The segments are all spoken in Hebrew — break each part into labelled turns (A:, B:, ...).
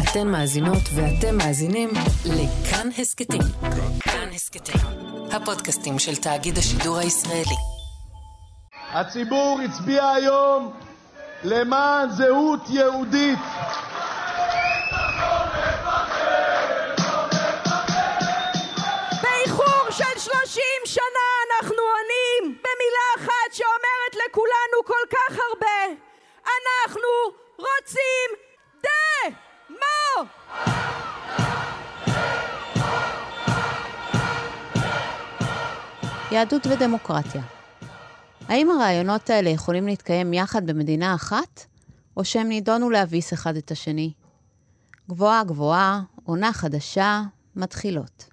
A: אתן מאזינות ואתם מאזינים לכאן הסקטים. כאן הסקטים, הפודקאסטים של תאגיד השידור הישראלי.
B: הציבור הצביע היום למען זהות יהודית.
C: באיחור של 30 שנה אנחנו עונים במילה אחת שאומרת לכולנו כל כך הרבה: אנחנו רוצים דמו.
D: יהדות ודמוקרטיה. האם הרעיונות האלה יכולים להתקיים יחד במדינה אחת, או שהם נידונו להביס אחד את השני? גבוהה גבוהה, עונה חדשה, מתחילות.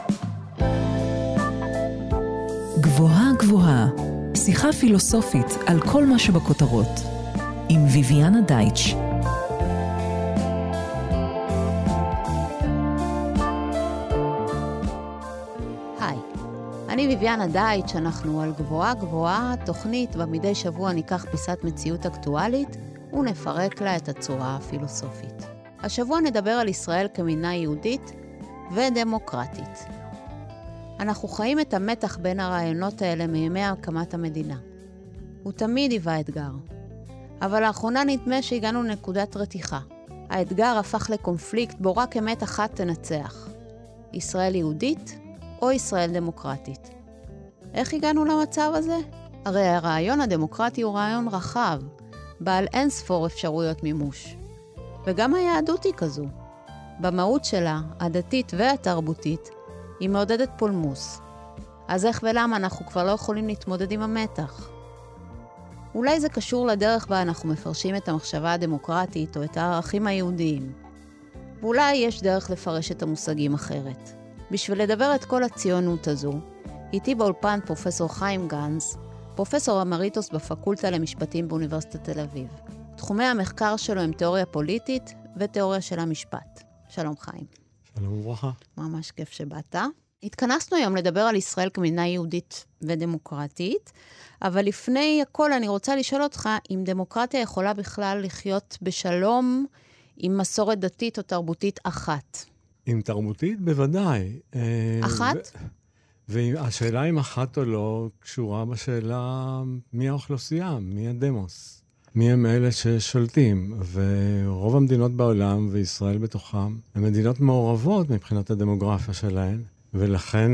E: גבוהה גבוהה, שיחה פילוסופית על כל מה שבכותרות, עם ויויאנה דייטש.
D: היי, אני ויויאנה דייטש, אנחנו על גבוהה גבוהה, תוכנית במדי שבוע ניקח פיסת מציאות אקטואלית ונפרק לה את הצורה הפילוסופית. השבוע נדבר על ישראל כמדינה יהודית ודמוקרטית. אנחנו חיים את המתח בין הרעיונות האלה מימי הקמת המדינה. הוא תמיד היווה אתגר. אבל לאחרונה נדמה שהגענו לנקודת רתיחה. האתגר הפך לקונפליקט בו רק אמת אחת תנצח. ישראל יהודית או ישראל דמוקרטית. איך הגענו למצב הזה? הרי הרעיון הדמוקרטי הוא רעיון רחב, בעל אין ספור אפשרויות מימוש. וגם היהדות היא כזו. במהות שלה, הדתית והתרבותית, היא מעודדת פולמוס. אז איך ולמה אנחנו כבר לא יכולים להתמודד עם המתח? אולי זה קשור לדרך בה אנחנו מפרשים את המחשבה הדמוקרטית או את הערכים היהודיים. ואולי יש דרך לפרש את המושגים אחרת. בשביל לדבר את כל הציונות הזו, איתי באולפן פרופסור חיים גנץ, פרופסור אמריטוס בפקולטה למשפטים באוניברסיטת תל אביב. תחומי המחקר שלו הם תיאוריה פוליטית ותיאוריה של המשפט. שלום חיים.
F: שלום וברכה.
D: ממש כיף שבאת. התכנסנו היום לדבר על ישראל כמדינה יהודית ודמוקרטית, אבל לפני הכל אני רוצה לשאול אותך אם דמוקרטיה יכולה בכלל לחיות בשלום עם מסורת דתית או תרבותית אחת.
F: עם תרבותית בוודאי.
D: אחת?
F: והשאלה אם אחת או לא קשורה בשאלה מי האוכלוסייה, מי הדמוס, מי הם אלה ששולטים. ורוב המדינות בעולם וישראל בתוכם הן מדינות מעורבות מבחינת הדמוגרפיה שלהן. ולכן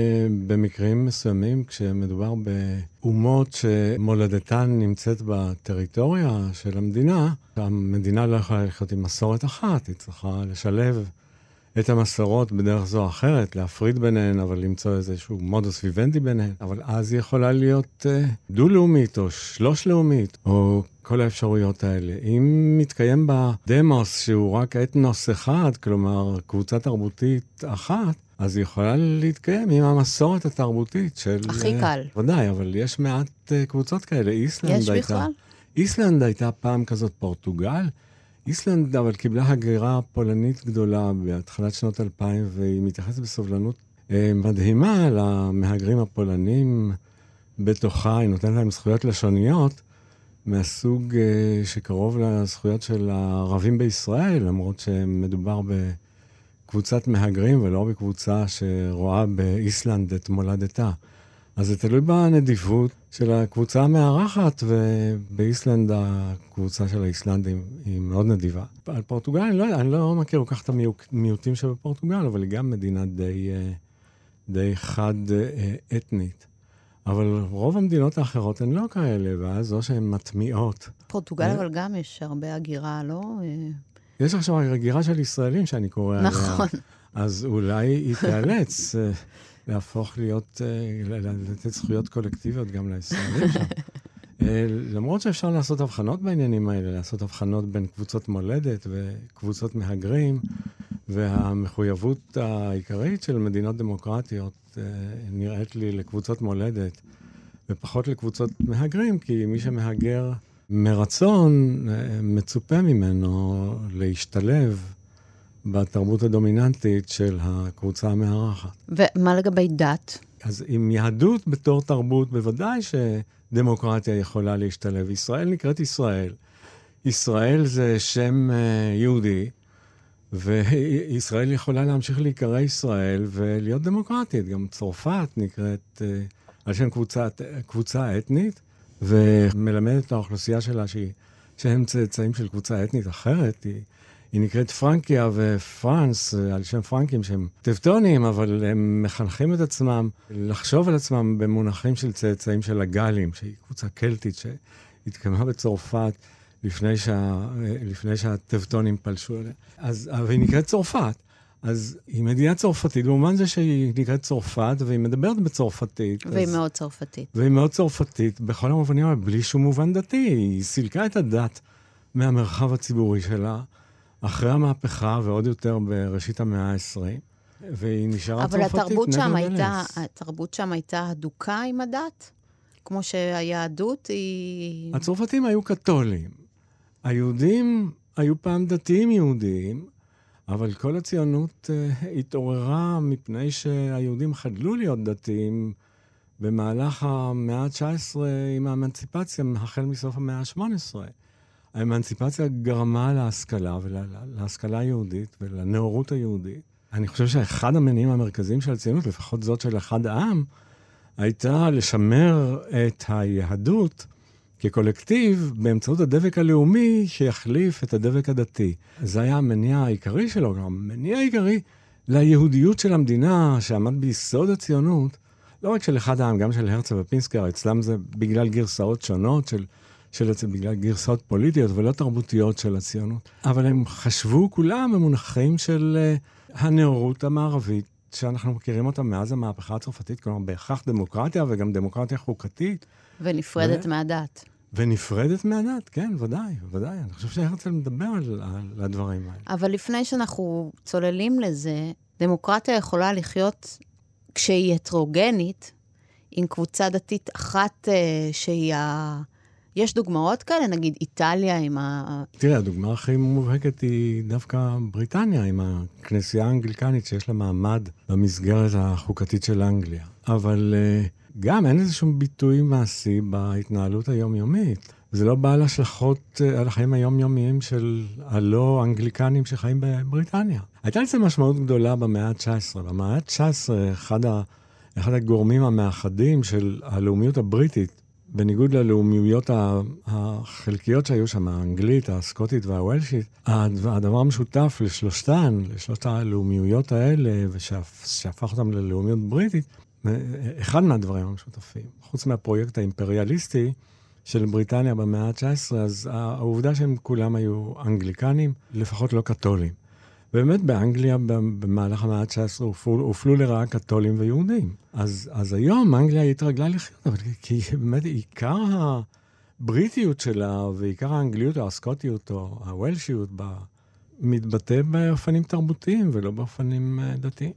F: במקרים מסוימים כשמדובר באומות שמולדתן נמצאת בטריטוריה של המדינה לא יכולה לחיות עם מסורת אחת, היא צריכה לשלב את המסורות בדרך זו או אחרת, להפריד ביניהן, אבל למצוא איזשהו מודוס ויבנטי ביניהן. אבל אז היא יכולה להיות דו-לאומית או שלוש-לאומית, או כל האפשרויות האלה. אם מתקיים בדמוס שהוא רק אתנוס אחד, כלומר קבוצה תרבותית אחת, אז היא יכולה להתקיים עם המסורת התרבותית של...
D: הכי קל.
F: ודאי, אבל יש מעט קבוצות כאלה.
D: יש בכלל?
F: איסלנד הייתה פעם כזאת, פורטוגל. איסלנד אבל קיבלה הגירה פולנית גדולה בהתחלת שנות 2000, והיא מתייחסת בסובלנות מדהימה למהגרים הפולנים בתוכה. היא נותנת להם זכויות לשוניות, מהסוג שקרוב לזכויות של הערבים בישראל, למרות שמדובר בקבוצת מהגרים ולא בקבוצה שרואה באיסלנד את מולדתה. אז זה תלוי בנדיבות של הקבוצה המארחת, ובאיסלנד הקבוצה של האיסלנדים היא מאוד נדיבה. על פורטוגל אני לא מכיר כל כך את המיעוטים שבפורטוגל, אבל היא גם מדינה די חד אתנית. אבל רוב המדינות האחרות הן לא כאלה, ואז זו שהן מטמיעות.
D: פורטוגל אבל גם יש הרבה הגירה, לא?
F: יש עכשיו הגירה של ישראלים שאני קורא עליה.
D: נכון.
F: אז אולי היא תיאלץ להפוך להיות, לתת זכויות קולקטיביות גם לישראלים שם. למרות שאפשר לעשות הבחנות בעניינים האלה, לעשות הבחנות בין קבוצות מולדת וקבוצות מהגרים, והמחויבות העיקרית של מדינות דמוקרטיות נראית לי לקבוצות מולדת, ופחות לקבוצות מהגרים, כי מי שמהגר מרצון מצופה ממנו להשתלב בתרבות הדומיננטית של הקבוצה המארחת.
D: ומה לגבי דת?
F: אז עם יהדות בתור תרבות, בוודאי שדמוקרטיה יכולה להשתלב. ישראל נקראת ישראל. ישראל זה שם יהודי, וישראל יכולה להמשיך להיקרא ישראל ולהיות דמוקרטית. גם צרפת נקראת על שם קבוצה אתנית, ומלמדת את האוכלוסייה שלה שהם צאצאים של קבוצה אתנית אחרת. היא נקראת פרנקיה ופרנס, על שם פרנקים שהם טבטונים, אבל הם מחנכים את עצמם לחשוב על עצמם במונחים של צאצאים של הגלים, שהיא קבוצה קלטית שהתקיימה בצרפת לפני שהטבטונים פלשו אליה. והיא נקראת צרפת. אז היא מדינה צרפתית, במובן זה שהיא נקראת צרפת, והיא מדברת בצרפתית.
D: והיא מאוד צרפתית.
F: והיא מאוד צרפתית, בכל המובנים, אבל בלי שום מובן דתי. היא סילקה את הדת מהמרחב הציבורי שלה, אחרי המהפכה, ועוד יותר בראשית המאה ה-20, והיא נשארה צרפתית.
D: אבל התרבות שם הייתה הדוקה עם הדת? כמו שהיהדות היא...
F: הצרפתים היו קתולים. היהודים היו פעם דתיים יהודיים, אבל כל הציונות התעוררה מפני שהיהודים חדלו להיות דתיים במהלך המאה ה-19 עם האמנציפציה, החל מסוף המאה ה-18. האמנציפציה גרמה להשכלה ולהשכלה היהודית ולנאורות היהודית. אני חושב שאחד המניעים המרכזיים של הציונות, לפחות זאת של אחד העם, הייתה לשמר את היהדות כקולקטיב באמצעות הדבק הלאומי שיחליף את הדבק הדתי. זה היה המניע העיקרי שלו, גם המניע העיקרי ליהודיות של המדינה שעמד ביסוד הציונות, לא רק של אחד העם, גם של הרצל ופינסקר, אצלם זה בגלל גרסאות שונות בגלל גרסאות פוליטיות ולא תרבותיות של הציונות. אבל הם חשבו כולם במונחים של הנאורות המערבית, שאנחנו מכירים אותה מאז המהפכה הצרפתית, כלומר בהכרח דמוקרטיה וגם דמוקרטיה חוקתית.
D: ונפרדת מהדת.
F: ונפרדת מהדת, כן, ודאי. אני חושב שהרצל מדבר על הדברים האלה.
D: אבל לפני שאנחנו צוללים לזה, דמוקרטיה יכולה לחיות כשהיא הטרוגנית, עם קבוצה דתית אחת שהיא יש דוגמאות כאלה, נגיד איטליה עם
F: תראה, הדוגמה הכי מובהקת היא דווקא בריטניה, עם הכנסייה האנגליקנית שיש לה מעמד במסגרת החוקתית של אנגליה. אבל גם אין איזה שום ביטוי מעשי בהתנהלות היומיומית. זה לא בא להשלכות על החיים היומיומיים של הלא אנגליקנים שחיים בבריטניה. הייתה לזה משמעות גדולה במאה ה-19. במאה ה-19, אחד הגורמים המאחדים של הלאומיות הבריטית, בניגוד ללאומיות החלקיות שהיו שם, האנגלית, הסקוטית והוולשית, הדבר המשותף לשלושת הלאומיויות האלה, ושהפך אותם ללאומיות בריטית, אחד מהדברים המשותפים, חוץ מהפרויקט האימפריאליסטי של בריטניה במאה ה-19, אז העובדה שהם כולם היו אנגליקנים, לפחות לא קתולים. באמת באנגליה במהלך המאה ה-19 הופלו לרעה קתולים ויהודים. אז היום אנגליה התרגלה לחיות, אבל כי באמת עיקר הבריטיות שלה ועיקר האנגליות או הסקוטיות או הוולשיות מתבטא באופנים תרבותיים ולא באופנים דתיים.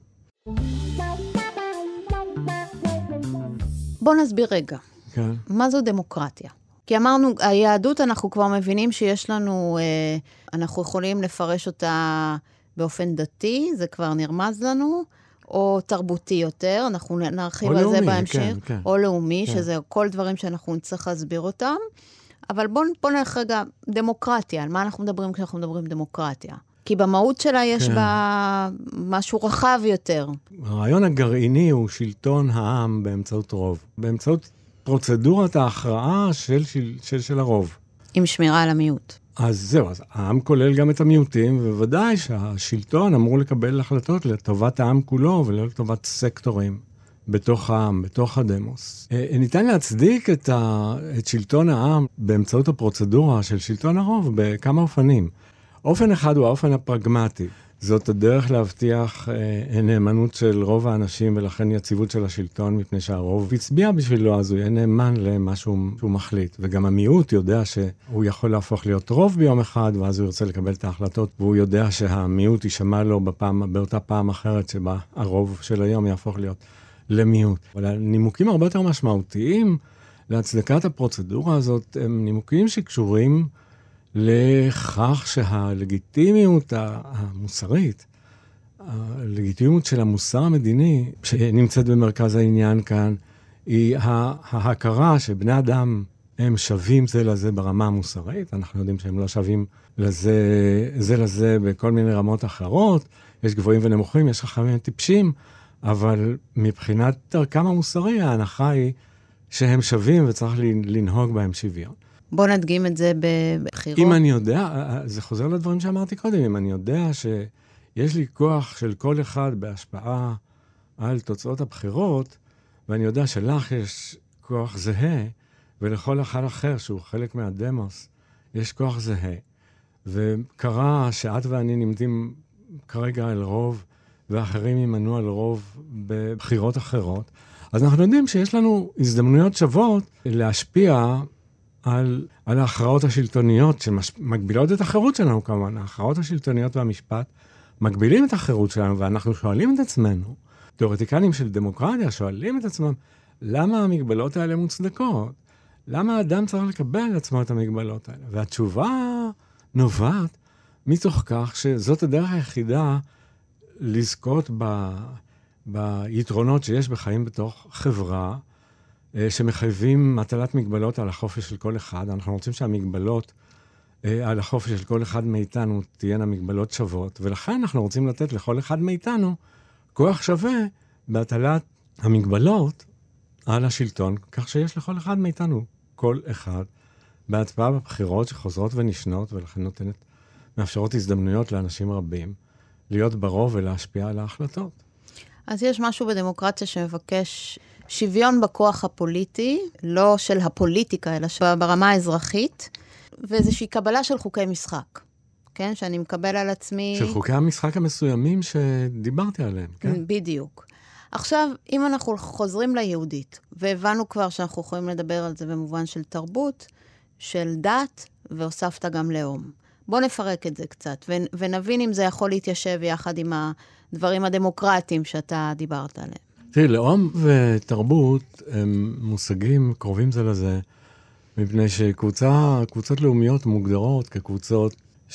D: בוא נסביר רגע.
F: כן.
D: מה זו דמוקרטיה? כי אמרנו, היהדות אנחנו כבר מבינים שיש לנו, אנחנו יכולים לפרש אותה באופן דתי, זה כבר נרמז לנו, או תרבותי יותר, אנחנו נרחיב על זה בהמשך,
F: כן.
D: או לאומי, שזה כל דברים שאנחנו נצטרך להסביר אותם, אבל בוא נלך רגע, דמוקרטיה, על מה אנחנו מדברים כשאנחנו מדברים דמוקרטיה? כי במהות שלה יש בה משהו רחב יותר.
F: הרעיון הגרעיני הוא שלטון העם באמצעות רוב, באמצעות פרוצדורת ההכרעה של הרוב.
D: עם שמירה על המיעוט.
F: אז זהו, אז העם כולל גם את המיעוטים, ובוודאי שהשלטון אמור לקבל החלטות לטובת העם כולו, ולא לטובת סקטורים בתוך העם, בתוך הדמוס. ניתן להצדיק את שלטון העם באמצעות הפרוצדורה של שלטון הרוב בכמה אופנים. אופן אחד הוא האופן הפרגמטי. זאת הדרך להבטיח נאמנות של רוב האנשים, ולכן יציבות של השלטון, מפני שהרוב הצביע בשבילו, אז הוא יהיה נאמן למה שהוא מחליט. וגם המיעוט יודע שהוא יכול להפוך להיות רוב ביום אחד, ואז הוא ירצה לקבל את ההחלטות, והוא יודע שהמיעוט יישמע לו באותה פעם אחרת, שבה הרוב של היום יהפוך להיות למיעוט. אבל הנימוקים הרבה יותר משמעותיים להצדקת הפרוצדורה הזאת, הם נימוקים שקשורים לכך שהלגיטימיות המוסרית, הלגיטימיות של המוסר המדיני, שנמצאת במרכז העניין כאן, היא ההכרה שבני אדם הם שווים זה לזה ברמה המוסרית, אנחנו יודעים שהם לא שווים זה לזה בכל מיני רמות אחרות, יש גבוהים ונמוכים, יש חכמים טיפשים, אבל מבחינת דרכם המוסרי, ההנחה היא שהם שווים וצריך לנהוג בהם שוויון.
D: בוא נדגים את זה בבחירות.
F: אם אני יודע, זה חוזר לדברים שאמרתי קודם, אם אני יודע שיש לי כוח של כל אחד בהשפעה על תוצאות הבחירות, ואני יודע שלך יש כוח זהה, ולכל אחד אחר שהוא חלק מהדמוס, יש כוח זהה. וקרה שאת ואני נמדים כרגע על רוב, ואחרים יימנו על רוב בבחירות אחרות, אז אנחנו יודעים שיש לנו הזדמנויות שוות להשפיע על ההכרעות השלטוניות שמגבילות את החירות שלנו כמובן. ההכרעות השלטוניות והמשפט מגבילים את החירות שלנו, ואנחנו שואלים את עצמנו, תיאורטיקנים של דמוקרטיה שואלים את עצמם, למה המגבלות האלה מוצדקות? למה האדם צריך לקבל על עצמו את המגבלות האלה? והתשובה נובעת מתוך כך שזאת הדרך היחידה לזכות ביתרונות שיש בחיים בתוך חברה, שמחייבים מטלת מגבלות על החופש של כל אחד. אנחנו רוצים שהמגבלות על החופש של כל אחד מאיתנו תהיינה מגבלות שוות, ולכן אנחנו רוצים לתת לכל אחד מאיתנו כוח שווה בהטלת המגבלות על השלטון, כך שיש לכל אחד מאיתנו כל אחד בהצבעה בבחירות שחוזרות ונשנות, ולכן מאפשרות הזדמנויות לאנשים רבים להיות ברוב ולהשפיע על ההחלטות.
D: אז יש משהו בדמוקרטיה שמבקש שוויון בכוח הפוליטי, לא של הפוליטיקה, אלא ברמה האזרחית, ואיזושהי קבלה של חוקי משחק, כן? שאני מקבל על עצמי...
F: של חוקי המשחק המסוימים שדיברתי עליהם, כן?
D: בדיוק. עכשיו, אם אנחנו חוזרים ליהודית, והבנו כבר שאנחנו יכולים לדבר על זה במובן של תרבות, של דת, והוספת גם לאום. בוא נפרק את זה קצת, ונבין אם זה יכול להתיישב יחד עם הדברים הדמוקרטיים שאתה דיברת עליהם.
F: תראי, לאום ותרבות הם מושגים קרובים זה לזה, מפני שקבוצות לאומיות מוגדרות כקבוצות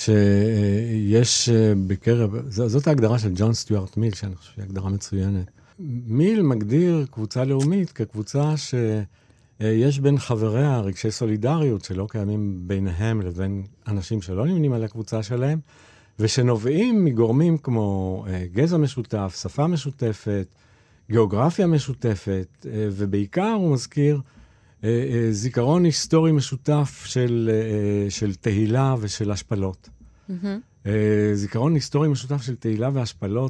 F: שיש בקרב, זאת ההגדרה של ג'ון סטיוארט מיל, שאני חושב שהיא הגדרה מצוינת. מיל מגדיר קבוצה לאומית כקבוצה שיש בין חבריה רגשי סולידריות שלא קיימים ביניהם לבין אנשים שלא נמנים על הקבוצה שלהם, ושנובעים מגורמים כמו גזע משותף, שפה משותפת, גיאוגרפיה משותפת, ובעיקר הוא מזכיר זיכרון היסטורי משותף של תהילה ושל השפלות. זיכרון היסטורי משותף של תהילה והשפלות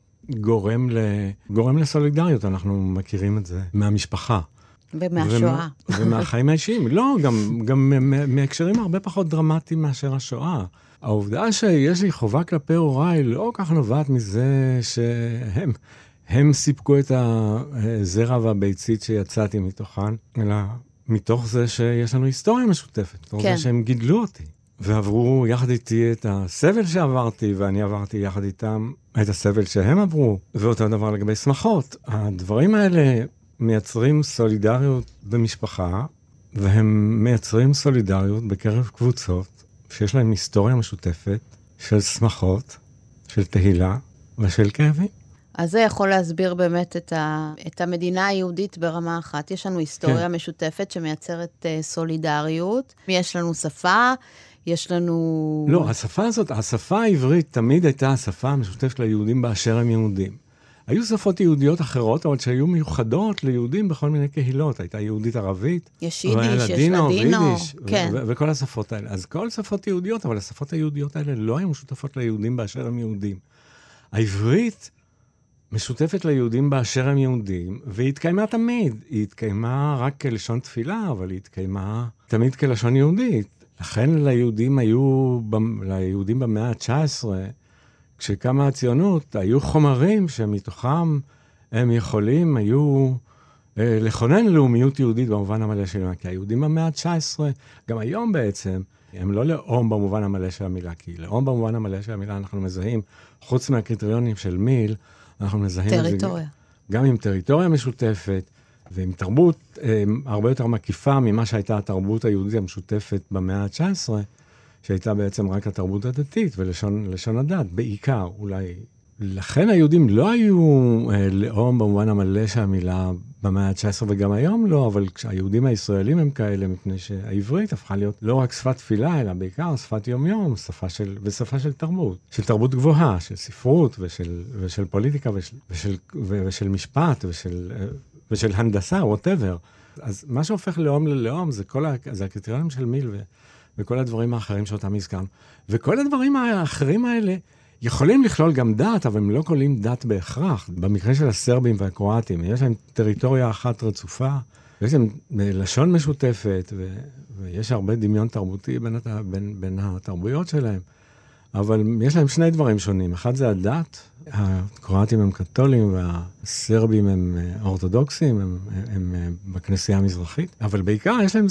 F: גורם לסולידריות, אנחנו מכירים את זה מהמשפחה.
D: ומהשואה.
F: ומהחיים האישיים. לא, גם מהקשרים הרבה פחות דרמטיים מאשר השואה. העובדה שיש לי חובה כלפי הוריי לא כך נובעת מזה שהם סיפקו את הזרע והביצית שיצאתי מתוכן, אלא מתוך זה שיש לנו היסטוריה משותפת. מתוך זה שהם גידלו אותי. ועברו יחד איתי את הסבל שעברתי, ואני עברתי יחד איתם את הסבל שהם עברו. ואותו דבר לגבי שמחות. הדברים האלה מייצרים סולידריות במשפחה, והם מייצרים סולידריות בקרב קבוצות שיש להם היסטוריה משותפת של שמחות, של תהילה ושל כאבים.
D: אז זה יכול להסביר באמת את המדינה היהודית ברמה אחת. יש לנו היסטוריה משותפת שמייצרת סולידריות, יש לנו שפה, יש לנו...
F: לא, השפה העברית תמיד הייתה השפה המשותפת ליהודים באשר הם יהודים. היו שפות יהודיות אחרות, אבל שהיו מיוחדות ליהודים בכל מיני קהילות. הייתה יהודית ערבית,
D: יש יידיש, יש לדינו,
F: כן. וכל השפות האלה. אז כל שפות יהודיות, אבל השפות היהודיות האלה לא היו משותפות ליהודים באשר הם יהודים. העברית משותפת ליהודים באשר הם יהודים, והיא התקיימה תמיד. היא התקיימה רק כלשון תפילה, אבל היא התקיימה תמיד כלשון יהודית. לכן ליהודים במאה ה-19, כשקמה הציונות, היו חומרים שמתוכם הם היו לכונן לאומיות יהודית במובן המלא שלהם. כי היהודים במאה ה-19, גם היום בעצם, הם לא לאום במובן המלא של המילה, כי לאום במובן המלא של המילה אנחנו מזהים, חוץ מהקריטריונים של מיל, אנחנו מזהים
D: טריטוריה.
F: גם עם טריטוריה משותפת, ועם תרבות הרבה יותר מקיפה ממה שהייתה התרבות היהודית המשותפת במאה ה-19, שהייתה בעצם רק התרבות הדתית ולשון הדת, בעיקר, אולי לכן היהודים לא היו לאום במובן המלא שהמילה במאה ה-19 וגם היום לא, אבל היהודים הישראלים הם כאלה, מפני שהעברית הפכה להיות לא רק שפת תפילה, אלא בעיקר שפת יום-יום, ושפה של תרבות. של תרבות גבוהה, של ספרות ושל פוליטיקה ושל משפט ושל הנדסה, whatever. אז מה שהופך לאום ללאום זה הקריטריונים של מיל וכל הדברים האחרים שאותם הזכרנו. וכל הדברים האחרים האלה יכולים לכלול גם דת, אבל הם לא כוללים דת בהכרח. במקרה של הסרבים והקרואטים, יש להם טריטוריה אחת רצופה, יש להם לשון משותפת, ויש הרבה דמיון תרבותי בין התרבויות שלהם. אבל יש להם שני דברים שונים. אחד זה הדת, הקרואטים הם קתולים, והסרבים הם אורתודוקסים, הם בכנסייה המזרחית. אבל בעיקר יש להם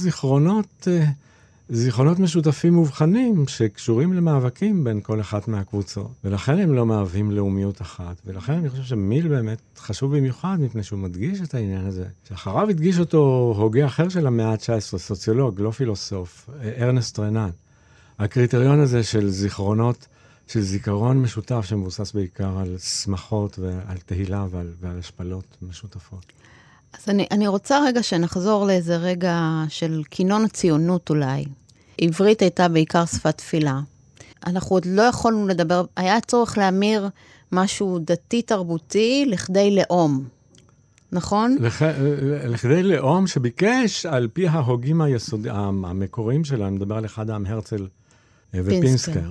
F: זיכרונות משותפים מובחנים שקשורים למאבקים בין כל אחת מהקבוצות. ולכן הם לא מהווים לאומיות אחת. ולכן אני חושב שמיל באמת חשוב במיוחד, מפני שהוא מדגיש את העניין הזה. שאחריו הדגיש אותו הוגה אחר של המאה ה-19, סוציולוג, לא פילוסוף, ארנסט רנן. הקריטריון הזה של זיכרונות, של זיכרון משותף שמבוסס בעיקר על שמחות ועל תהילה ועל השפלות משותפות.
D: אז אני רוצה רגע שנחזור לאיזה רגע של כינון הציונות אולי. עברית הייתה בעיקר שפת תפילה. אנחנו עוד לא יכולנו לדבר, היה צורך להמיר משהו דתי-תרבותי לכדי לאום. נכון?
F: לכדי לאום שביקש על פי ההוגים המקוריים שלהם, מדבר על אחד העם הרצל ופינסקר.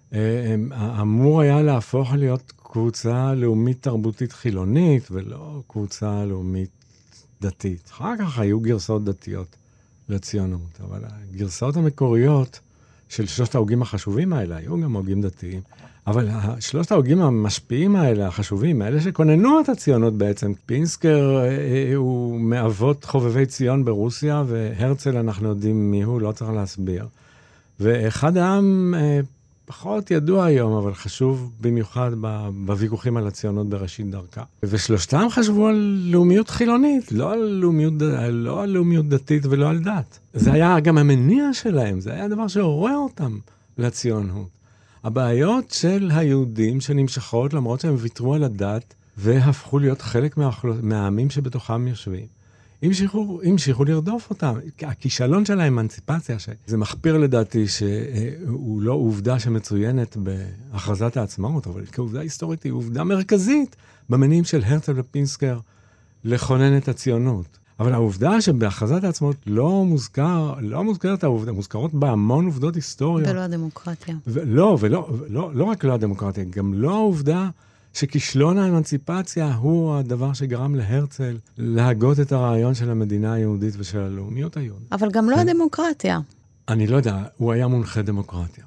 F: אמור היה להפוך להיות קבוצה לאומית תרבותית חילונית, ולא קבוצה לאומית דתית. אחר כך היו גרסאות דתיות לציונות, אבל הגרסאות המקוריות של שלושת ההוגים החשובים האלה, היו גם הוגים דתיים, אבל שלושת ההוגים המשפיעים האלה, החשובים, האלה שכוננו את הציונות בעצם. פינסקר הוא מאבות חובבי ציון ברוסיה, והרצל אנחנו יודעים מי הוא, לא צריך להסביר. ואחד העם פחות ידוע היום, אבל חשוב במיוחד בוויכוחים על הציונות בראשית דרכה. ושלושתם חשבו על לאומיות חילונית, לא על לאומיות דתית ולא על דת. זה היה גם המניע שלהם, זה היה הדבר שעורר אותם לציונות. הבעיות של היהודים שנמשכות למרות שהם ויתרו על הדת, והפכו להיות חלק מהעמים שבתוכם יושבים. המשיכו לרדוף אותם. הכישלון של האמנציפציה, זה מחפיר לדעתי שהוא לא עובדה שמצוינת בהכרזת העצמאות, אבל כעובדה היסטורית היא עובדה מרכזית במניעים של הרצל ופינסקר לכונן את הציונות. אבל העובדה שבהכרזת העצמאות לא מוזכרת העובדה, מוזכרות בה המון עובדות היסטוריות.
D: ולא הדמוקרטיה.
F: לא רק לא הדמוקרטיה, גם לא העובדה שכישלון האמנציפציה הוא הדבר שגרם להרצל להגות את הרעיון של המדינה היהודית ושל הלאומיות היהודית.
D: אבל גם לא הדמוקרטיה.
F: אני לא יודע, הוא היה מונחה דמוקרטיה.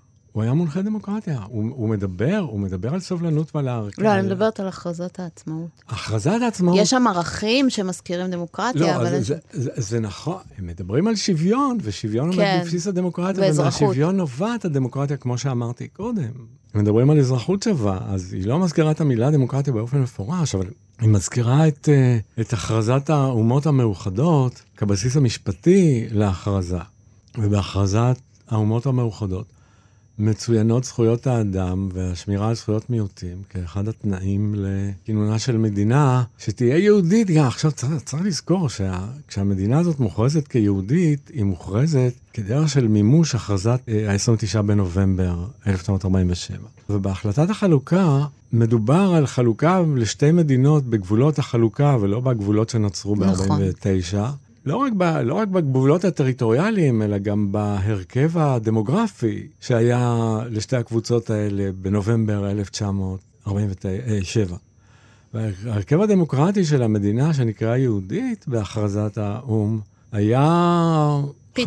F: הוא מדבר על סובלנות ועל הערכים.
D: לא, אני מדברת על הכרזת העצמאות.
F: הכרזת העצמאות.
D: יש שם ערכים שמזכירים דמוקרטיה,
F: אבל זה נכון. הם מדברים על שוויון, ושוויון עומד בבסיס הדמוקרטיה, ומהשוויון נובעת הדמוקרטיה, כמו שאמרתי קודם. הם מדברים על אזרחות שווה, אז היא לא מזכירה את המילה דמוקרטיה באופן מפורש, אבל היא מזכירה את הכרזת האומות המאוחדות כבסיס המשפטי להכרזה. ובהכרזת האומות המאוחדות מצוינות זכויות האדם והשמירה על זכויות מיעוטים כאחד התנאים לכינונה של מדינה שתהיה יהודית. עכשיו צריך לזכור כשהמדינה הזאת מוכרזת כיהודית, היא מוכרזת כדרך של מימוש הכרזת ה-29 בנובמבר 1947. ובהחלטת החלוקה מדובר על חלוקה לשתי מדינות בגבולות החלוקה ולא בגבולות שנוצרו ב-49. לא רק בגבולות הטריטוריאליים, אלא גם בהרכב הדמוגרפי שהיה לשתי הקבוצות האלה בנובמבר 1947. וההרכב הדמוקרטי של המדינה שנקראה יהודית בהכרזת האום היה 55%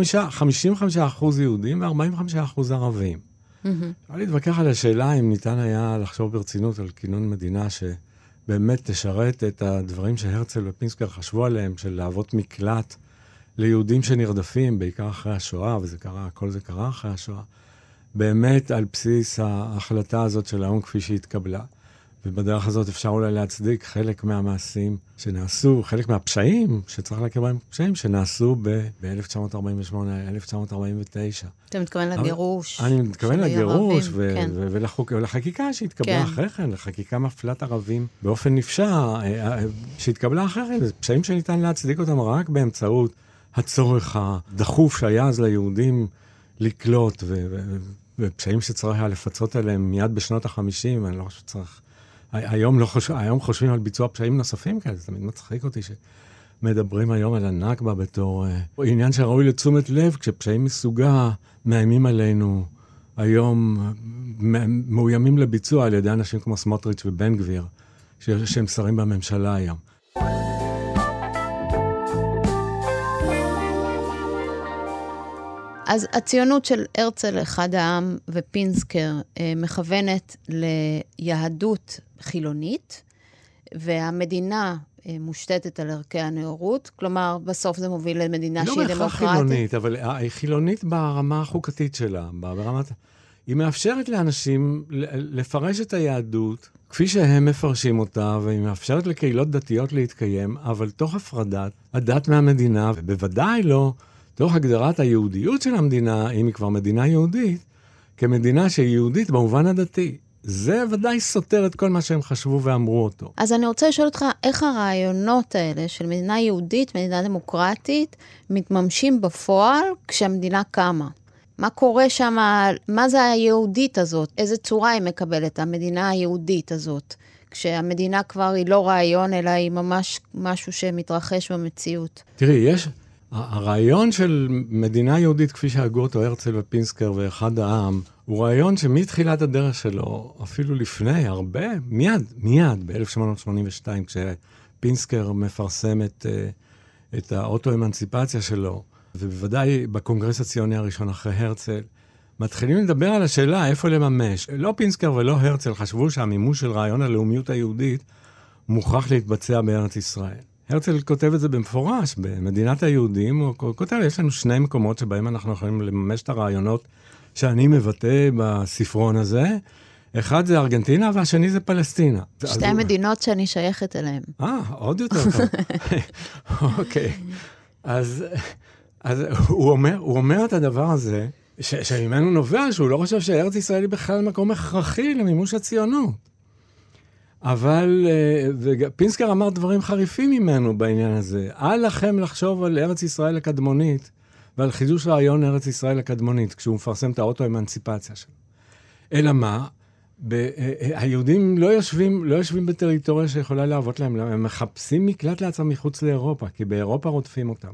F: יהודים ו-45% ערבים. אפשר להתווכח על השאלה אם ניתן היה לחשוב ברצינות על כינון מדינה באמת תשרת את הדברים שהרצל ופינסקר חשבו עליהם, של להוות מקלט ליהודים שנרדפים, בעיקר אחרי השואה, כל זה קרה אחרי השואה, באמת על בסיס ההחלטה הזאת של האום כפי שהתקבלה. ובדרך הזאת אפשר אולי להצדיק חלק מהמעשים שנעשו, חלק מהפשעים, שצריך להכיר בהם פשעים, שנעשו ב-1948, 1949.
D: אתה מתכוון לגירוש?
F: אני מתכוון לגירוש
D: כן.
F: ולחקיקה שהתקבלה אחרי כן, לחקיקה מפלת ערבים באופן נפשע, שהתקבלה אחרי כן, זה פשעים שניתן להצדיק אותם רק באמצעות הצורך הדחוף שהיה אז ליהודים לקלוט, ופשעים שצריך היה לפצות עליהם מיד בשנות ה-50, אני לא חושב שצריך... היום חושבים על ביצוע פשעים נוספים כאלה, זה תמיד מצחיק אותי שמדברים היום על הנכבה בתור עניין שראוי לתשומת לב, כשפשעים מסוגה מאיימים עלינו היום, מאוימים לביצוע על ידי אנשים כמו סמוטריץ' ובן גביר, שהם שרים בממשלה היום.
D: אז הציונות של הרצל, אחד העם ופינסקר מכוונת ליהדות חילונית, והמדינה מושתתת על ערכי הנאורות, כלומר, בסוף זה מוביל למדינה שהיא דמוקרטית. לא בהכרח חילונית,
F: אבל היא חילונית ברמה החוקתית שלה, היא מאפשרת לאנשים לפרש את היהדות כפי שהם מפרשים אותה, והיא מאפשרת לקהילות דתיות להתקיים, אבל תוך הפרדת הדת מהמדינה, ובוודאי לא תוך הגדרת היהודיות של המדינה, אם היא כבר מדינה יהודית, כמדינה שהיא יהודית במובן הדתי. זה ודאי סותר את כל מה שהם חשבו ואמרו אותו.
D: אז אני רוצה לשאול אותך, איך הרעיונות האלה של מדינה יהודית, מדינה דמוקרטית, מתממשים בפועל כשהמדינה קמה? מה קורה שם? מה זה היהודית הזאת? איזה צורה היא מקבלת, המדינה היהודית הזאת? כשהמדינה כבר היא לא רעיון, אלא היא ממש משהו שמתרחש במציאות.
F: תראי, הרעיון של מדינה יהודית, כפי שהגו אותו הרצל ופינסקר ואחד העם, הוא רעיון שמתחילת הדרך שלו, אפילו לפני, הרבה, מיד, ב-1882, כשפינסקר מפרסם את האוטו-אמנציפציה שלו, ובוודאי בקונגרס הציוני הראשון אחרי הרצל, מתחילים לדבר על השאלה איפה לממש. לא פינסקר ולא הרצל חשבו שהמימוש של רעיון הלאומיות היהודית מוכרח להתבצע בארץ ישראל. הרצל כותב את זה במפורש, במדינת היהודים, הוא כותב, יש לנו שני מקומות שבהם אנחנו יכולים לממש את הרעיונות שאני מבטא בספרון הזה. אחד זה ארגנטינה והשני זה פלסטינה.
D: שתי מדינות שאני שייכת אליהן.
F: עוד יותר טוב. אוקיי. אז הוא אומר את הדבר הזה, שממנו נובע שהוא לא חושב שארץ ישראל היא בכלל מקום הכרחי למימוש הציונות. אבל, ופינסקר אמר דברים חריפים ממנו בעניין הזה. אל לכם לחשוב על ארץ ישראל הקדמונית, ועל חידוש רעיון ארץ ישראל הקדמונית, כשהוא מפרסם את האוטו-אמנציפציה שלו. אלא מה? היהודים לא יושבים בטריטוריה שיכולה להוות להם, הם מחפשים מקלט לעצמם מחוץ לאירופה, כי באירופה רודפים אותם.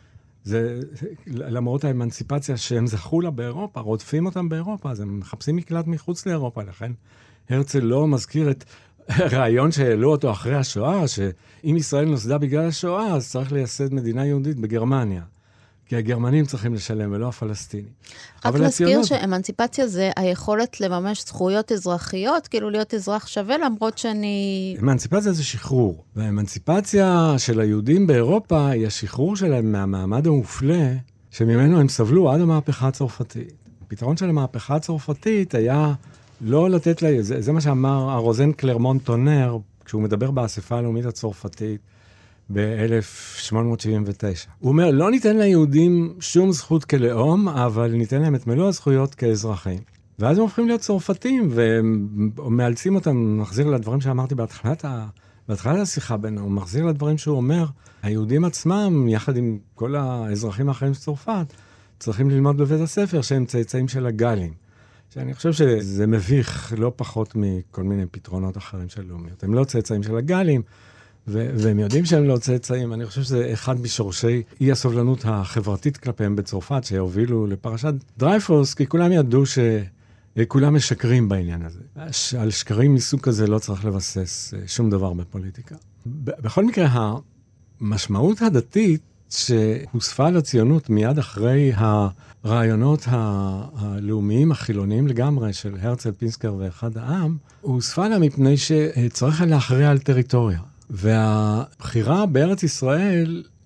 F: למרות האמנציפציה שהם זכו לה באירופה, רודפים אותם באירופה, אז הם מחפשים מקלט מחוץ לאירופה, לכן הרצל לא מזכיר את רעיון שהעלו אותו אחרי השואה, שאם ישראל נוסדה בגלל השואה, אז צריך לייסד מדינה יהודית בגרמניה. כי הגרמנים צריכים לשלם, ולא הפלסטינים.
D: רק נזכיר שאמנציפציה זה היכולת לממש זכויות אזרחיות, כאילו להיות אזרח שווה, למרות שאני...
F: אמנציפציה זה שחרור. והאמנציפציה של היהודים באירופה היא השחרור שלהם מהמעמד המופלא, שממנו הם סבלו עד המהפכה הצרפתית. הפתרון של המהפכה הצרפתית היה לא לתת לה... זה מה שאמר הרוזן קלרמון טונר, כשהוא מדבר באספה הלאומית הצרפתית, ב-1879. הוא אומר, לא ניתן ליהודים שום זכות כלאום, אבל ניתן להם את מלוא הזכויות כאזרחים. ואז הם הופכים להיות צרפתים, ומאלצים אותם, מחזיר לדברים שאמרתי בהתחלת השיחה בינו, הוא מחזיר לדברים שהוא אומר, היהודים עצמם, יחד עם כל האזרחים האחרים של צרפת, צריכים ללמוד בבית הספר שהם צאצאים של הגלים. שאני חושב שזה מביך לא פחות מכל מיני פתרונות אחרים של לאומיות. הם לא צאצאים של הגלים, והם יודעים שהם לא צאצאים. אני חושב שזה אחד משורשי אי הסובלנות החברתית כלפיהם בצרפת, שהובילו לפרשת דרייפוס, כי כולם ידעו שכולם משקרים בעניין הזה. על שקרים מסוג כזה לא צריך לבסס שום דבר בפוליטיקה. בכל מקרה, המשמעות הדתית שהוספה לציונות מיד אחרי הרעיונות הלאומיים החילוניים לגמרי של הרצל, פינסקר ואחד העם, הוספה לה מפני שצריך להכריע על טריטוריה. והבחירה בארץ ישראל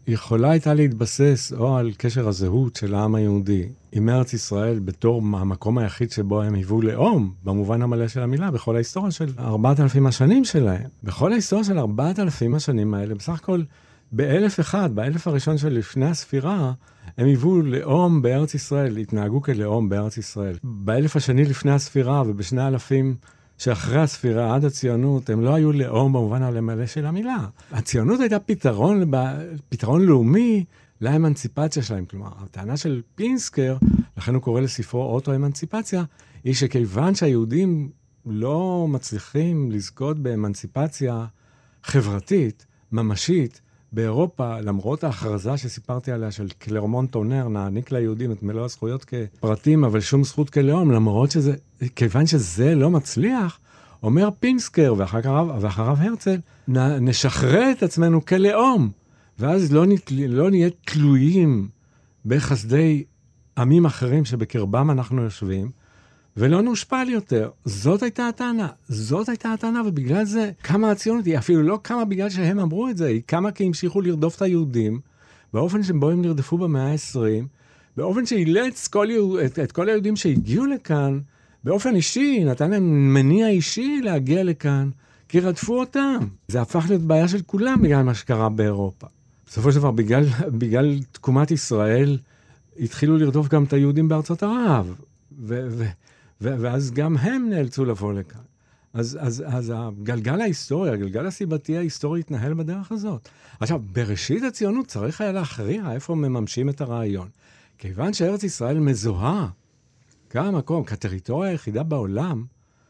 F: יכולה הייתה להתבסס או על קשר הזהות של העם היהודי עם ארץ ישראל בתור המקום היחיד שבו הם היוו לאום, במובן המלא של המילה, בכל ההיסטוריה של 4,000 השנים שלהם. בכל ההיסטוריה של 4,000 השנים האלה, בסך הכל באלף הראשון של לפני הספירה, הם היוו לאום בארץ ישראל, התנהגו כלאום בארץ ישראל. באלף השני לפני הספירה ובשני אלפים שאחרי הספירה עד הציונות, הם לא היו לאום במובן המלא של המילה. הציונות הייתה פתרון לאומי לאמנציפציה שלהם. כלומר, הטענה של פינסקר, לכן הוא קורא לספרו אוטו-אמנציפציה, היא שכיוון שהיהודים לא מצליחים לזכות באמנציפציה חברתית, ממשית, באירופה, למרות ההכרזה שסיפרתי עליה של קלרמונט טונר, נעניק ליהודים את מלוא הזכויות כפרטים, אבל שום זכות כלאום, למרות שזה, כיוון שזה לא מצליח, אומר פינסקר, ואחריו הרצל, נשחרר את עצמנו כלאום, ואז לא נהיה תלויים בחסדי עמים אחרים שבקרבם אנחנו יושבים, ולא נושפל יותר. זאת הייתה הטענה, ובגלל זה קמה הציונות, היא אפילו לא קמה בגלל שהם אמרו את זה, היא קמה כי המשיכו לרדוף את היהודים, באופן שבו הם נרדפו במאה ה-20, באופן שאילץ את כל היהודים שהגיעו לכאן, באופן אישי, נתן להם מניע אישי להגיע לכאן, כי רדפו אותם. זה הפך להיות בעיה של כולם בגלל מה שקרה באירופה. בסופו של דבר, בגלל תקומת ישראל, התחילו לרדוף גם את היהודים בארצות ערב, ואז גם הם נאלצו לבוא לכאן. אז הגלגל ההיסטורי, הגלגל הסיבתי ההיסטורי התנהל בדרך הזאת. עכשיו, בראשית הציונות צריך היה להכריע איפה מממשים את הרעיון. כיוון שארץ ישראל מזוהה כמקום, כטריטוריה היחידה בעולם,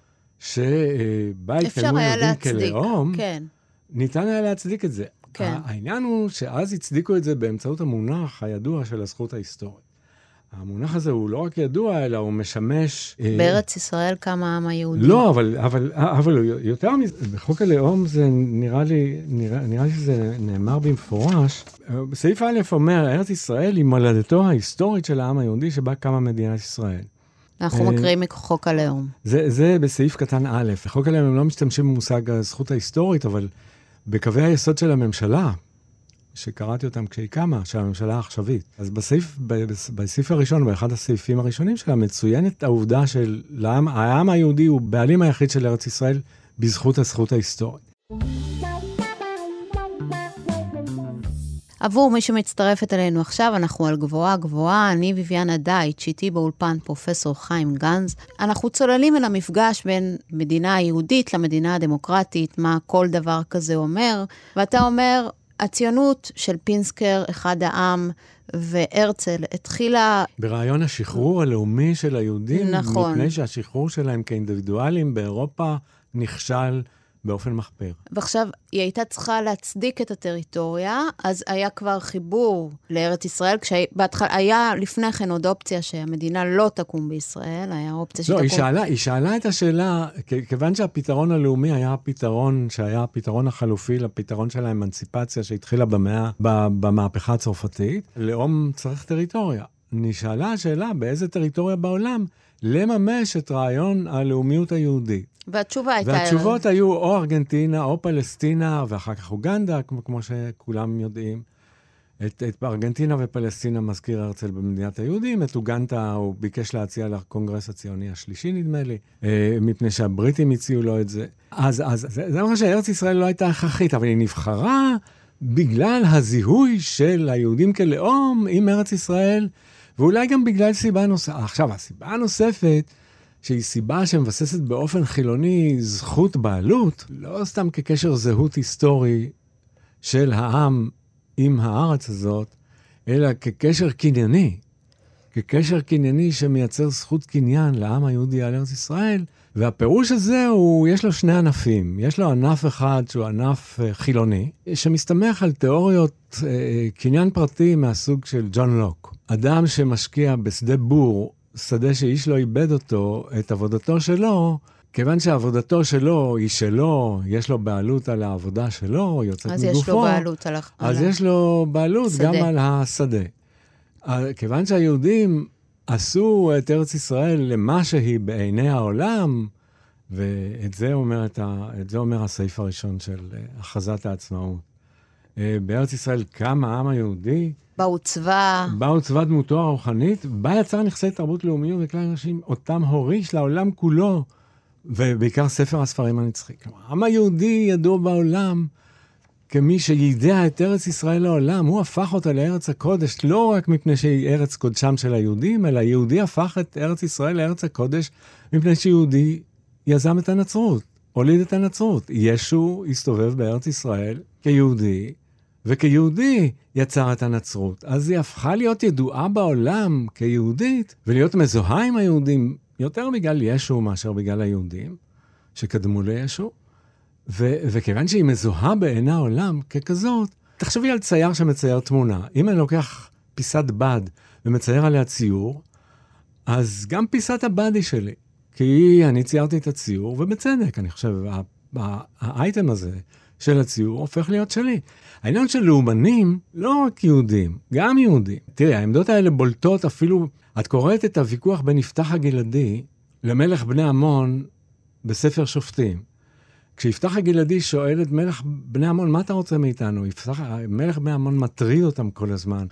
F: שבה התקיימו יהודים כלאום,
D: כן.
F: ניתן היה להצדיק את זה.
D: כן.
F: העניין הוא שאז הצדיקו את זה באמצעות המונח הידוע של הזכות ההיסטורית. המונח הזה הוא לא רק ידוע, אלא הוא משמש...
D: בארץ ישראל כמה העם היהודי.
F: לא, אבל יותר מזה, בחוק הלאום זה נראה לי שזה נאמר במפורש. בסעיף א' אומר, ארץ ישראל היא מולדתו ההיסטורית של העם היהודי שבה קמה מדינת ישראל.
D: אנחנו מקריאים מחוק הלאום.
F: זה בסעיף קטן א'. בחוק הלאום הם לא משתמשים במושג הזכות ההיסטורית, אבל בקווי היסוד של הממשלה, שקראתי אותם כשהיא קמה, של הממשלה העכשווית. אז בסעיף הראשון, באחד הסעיפים הראשונים שלה, מצוינת העובדה של העם היהודי הוא בעלים היחיד של ארץ ישראל בזכות הזכות ההיסטורית.
D: עבור מי שמצטרפת אלינו עכשיו, אנחנו על גבוהה גבוהה, אני ויביאנה דייטש, איתי באולפן פרופסור חיים גנז. אנחנו צוללים אל המפגש בין מדינה היהודית למדינה הדמוקרטית, מה כל דבר כזה אומר, ואתה אומר, הציונות של פינסקר, אחד העם, והרצל התחילה... ברעיון השחרור הלאומי של היהודים, נכון. מפני שהשחרור שלהם כאינדיבידואלים באירופה נכשל באופן מחפר. ועכשיו, היא הייתה צריכה להצדיק את הטריטוריה, אז היה כבר חיבור לארץ ישראל, היה לפני כן עוד אופציה שהמדינה לא תקום בישראל, היה אופציה שתקום...
F: לא, היא שאלה את השאלה, כיוון שהפתרון הלאומי היה הפתרון החלופי לפתרון של האמנציפציה שהתחילה במהפכה הצרפתית, לאום צריך טריטוריה. נשאלה השאלה באיזה טריטוריה בעולם לממש את רעיון הלאומיות היהודית. והתשובות היו או ארגנטינה או פלסטינה, ואחר כך אוגנדה, כמו שכולם יודעים. את ארגנטינה ופלסטינה מזכיר הרצל במדינת היהודים, את אוגנדה הוא ביקש להציע לקונגרס הציוני השלישי, נדמה לי, מפני שהבריטים הציעו לו את זה. אז זה אומר שארץ ישראל לא הייתה הכרחית, אבל היא נבחרה בגלל הזיהוי של היהודים כלאום עם ארץ ישראל, ואולי גם בגלל סיבה נוספת. עכשיו, הסיבה הנוספת, שהיא סיבה שמבססת באופן חילוני זכות בעלות, לא סתם כקשר זהות היסטורי של העם עם הארץ הזאת, אלא כקשר קנייני. כקשר קנייני שמייצר זכות קניין לעם היהודי על ארץ ישראל, והפירוש הזה יש לו שני ענפים. יש לו ענף אחד שהוא ענף חילוני, שמסתמך על תיאוריות קניין פרטי מהסוג של ג'ון לוק. אדם שמשקיע בשדה בור, שדה שאיש לא איבד אותו, את עבודתו שלו, כיוון שעבודתו שלו היא שלו, יש לו בעלות על העבודה שלו, יוצאת מגופו.
D: אז יש לו בעלות על
F: אז יש לו בעלות גם על השדה. כיוון שהיהודים עשו את ארץ ישראל למה שהיא בעיני העולם, ואת זה אומר הסעיף הראשון של הכרזת העצמאות. בארץ ישראל קם העם היהודי,
D: בה עוצבה
F: דמותו הרוחנית, בה יצר נכסי תרבות לאומיים וכלל אנשים, אותם הוריש לעולם כולו, ובעיקר ספר הספרים הנצחי. כלומר, העם היהודי ידוע בעולם כמי שידע את ארץ ישראל לעולם, הוא הפך אותה לארץ הקודש, לא רק מפני שהיא ארץ קודשם של היהודים, אלא יהודי הפך את ארץ ישראל לארץ הקודש, מפני שיהודי יזם את הנצרות, הוליד את הנצרות. ישו הסתובב בארץ ישראל כיהודי, וכיהודי יצר את הנצרות. אז היא הפכה להיות ידועה בעולם כיהודית, ולהיות מזוהה עם היהודים יותר בגלל ישו מאשר בגלל היהודים, שקדמו לישו. וכיוון שהיא מזוהה בעיני העולם ככזאת, תחשבי על צייר שמצייר תמונה. אם אני לוקח פיסת בד ומצייר עליה ציור, אז גם פיסת הבד היא שלי. כי אני ציירתי את הציור, ובצדק, אני חושב, האייטם הזה של הציור הופך להיות שלי. העניין של לאומנים, לא רק יהודים, גם יהודים. תראי, העמדות האלה בולטות אפילו, את קוראת את הוויכוח בין יפתח הגלעדי למלך בני עמון בספר שופטים. כשיפתח הגלעדי שואל את מלך בני עמון, מה אתה רוצה מאיתנו? מלך בני עמון מטריד אותם כל הזמן,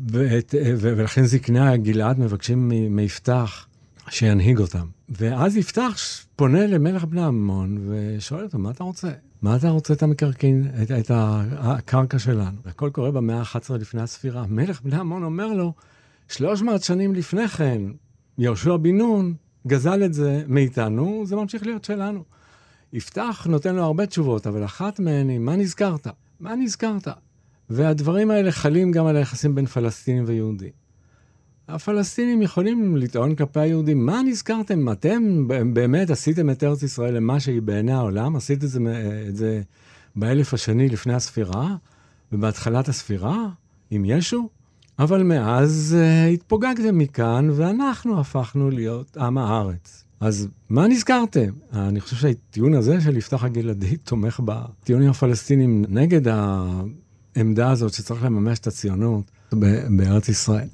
F: ולכן זקני הגלעד מבקשים מיפתח שינהיג אותם. ואז יפתח פונה למלך בני עמון ושואל אותו, מה אתה רוצה? מה אתה רוצה את המקרקעין, את הקרקע שלנו? הכל קורה במאה ה-11 לפני הספירה. מלך בני עמון אומר לו, 300 שנים לפני כן, יהושע בן נון גזל את זה מאיתנו, זה ממשיך להיות שלנו. יפתח נותן לו הרבה תשובות, אבל אחת מהן היא, מה נזכרת? מה נזכרת? והדברים האלה חלים גם על היחסים בין פלסטינים ויהודים. הפלסטינים יכולים לטעון כלפי היהודים, מה נזכרתם? אתם באמת עשיתם את ארץ ישראל למה שהיא בעיני העולם, עשית את זה באלף השני לפני הספירה, ובהתחלת הספירה, עם ישו, אבל מאז התפוגגתם מכאן, ואנחנו הפכנו להיות עם הארץ. אז מה נזכרתם? אני חושב שהטיעון הזה של יפתח הגלעדי תומך בטיעונים הפלסטינים נגד העמדה הזאת שצריך לממש את הציונות בארץ ישראל.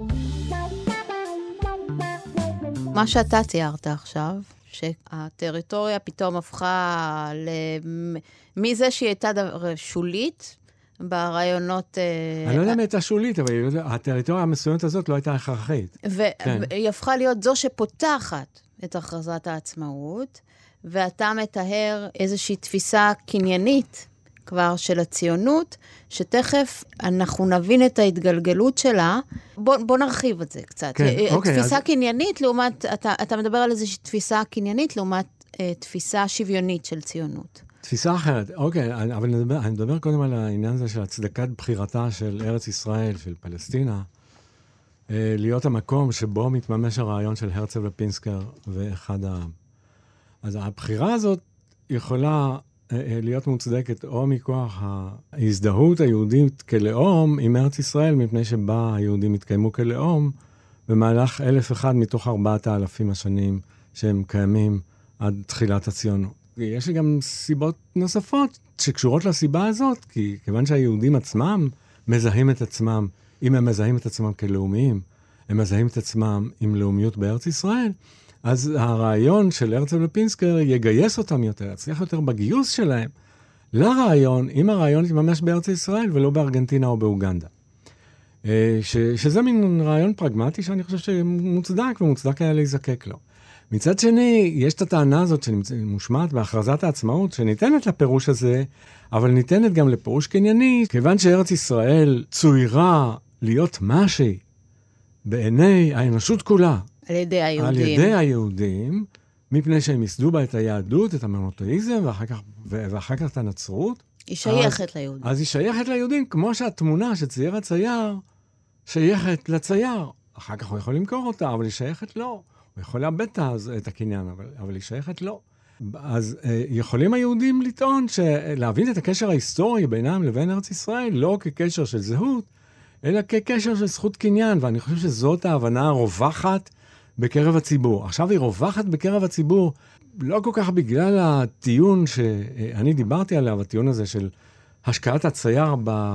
D: מה שאתה ציירת עכשיו, שהטריטוריה פתאום הפכה מזה שהיא הייתה שולית ברעיונות...
F: אני לא יודע אם הייתה שולית, אבל הטריטוריה המסוימת הזאת לא הייתה הכרחית.
D: והיא הפכה להיות זו שפותחת את הכרזת העצמאות, ואתה מתאר איזושהי תפיסה קניינית כבר של הציונות, שתכף אנחנו נבין את ההתגלגלות שלה. בוא נרחיב את זה קצת.
F: כן,
D: תפיסה
F: אז...
D: קניינית לעומת, אתה מדבר על איזושהי תפיסה קניינית לעומת תפיסה שוויונית של ציונות.
F: תפיסה אחרת, אוקיי, אבל אני מדבר קודם על העניין הזה של הצדקת בחירתה של ארץ ישראל, של פלסטינה, להיות המקום שבו מתממש הרעיון של הרצל ופינסקר ואחד העם. אז הבחירה הזאת יכולה להיות מוצדקת או מכוח ההזדהות היהודית כלאום עם ארץ ישראל, מפני שבה היהודים התקיימו כלאום במהלך 1,001 מתוך 4,000 השנים שהם קיימים עד תחילת הציונות. יש לי גם סיבות נוספות שקשורות לסיבה הזאת, כי כיוון שהיהודים עצמם מזהים את עצמם, אם הם מזהים את עצמם כלאומיים, הם מזהים את עצמם עם לאומיות בארץ ישראל, אז הרעיון של הרצל ופינסקר יגייס אותם יותר, יצליח יותר בגיוס שלהם לרעיון, אם הרעיון יתממש בארץ ישראל ולא בארגנטינה או באוגנדה. שזה מין רעיון פרגמטי שאני חושב שמוצדק, ומוצדק היה להיזקק לו. מצד שני, יש את הטענה הזאת שמושמעת בהכרזת העצמאות, שניתנת לפירוש הזה, אבל ניתנת גם לפירוש קנייני, כיוון שארץ ישראל צוירה להיות משהי בעיני האנושות כולה.
D: על ידי היהודים.
F: על ידי היהודים, מפני שהם ייסדו בה את היהדות, את המונותאיזם, ואחר כך את הנצרות.
D: היא שייכת ליהודים.
F: אז היא שייכת ליהודים, כמו שהתמונה שצייר הצייר, שייכת לצייר. אחר כך הוא יכול למכור אותה, אבל היא שייכת לו. הוא יכול לאבד את הקניין, אבל היא שייכת לו. אז יכולים היהודים לטעון להבין את הקשר ההיסטורי בינם לבין ארץ ישראל, לא כקשר של זהות, אלא כקשר של זכות קניין, ואני חושב שזאת ההבנה הרווחת בקרב הציבור. עכשיו היא רווחת בקרב הציבור, לא כל כך בגלל הטיעון שאני דיברתי עליו, הטיעון הזה של השקעת הצייר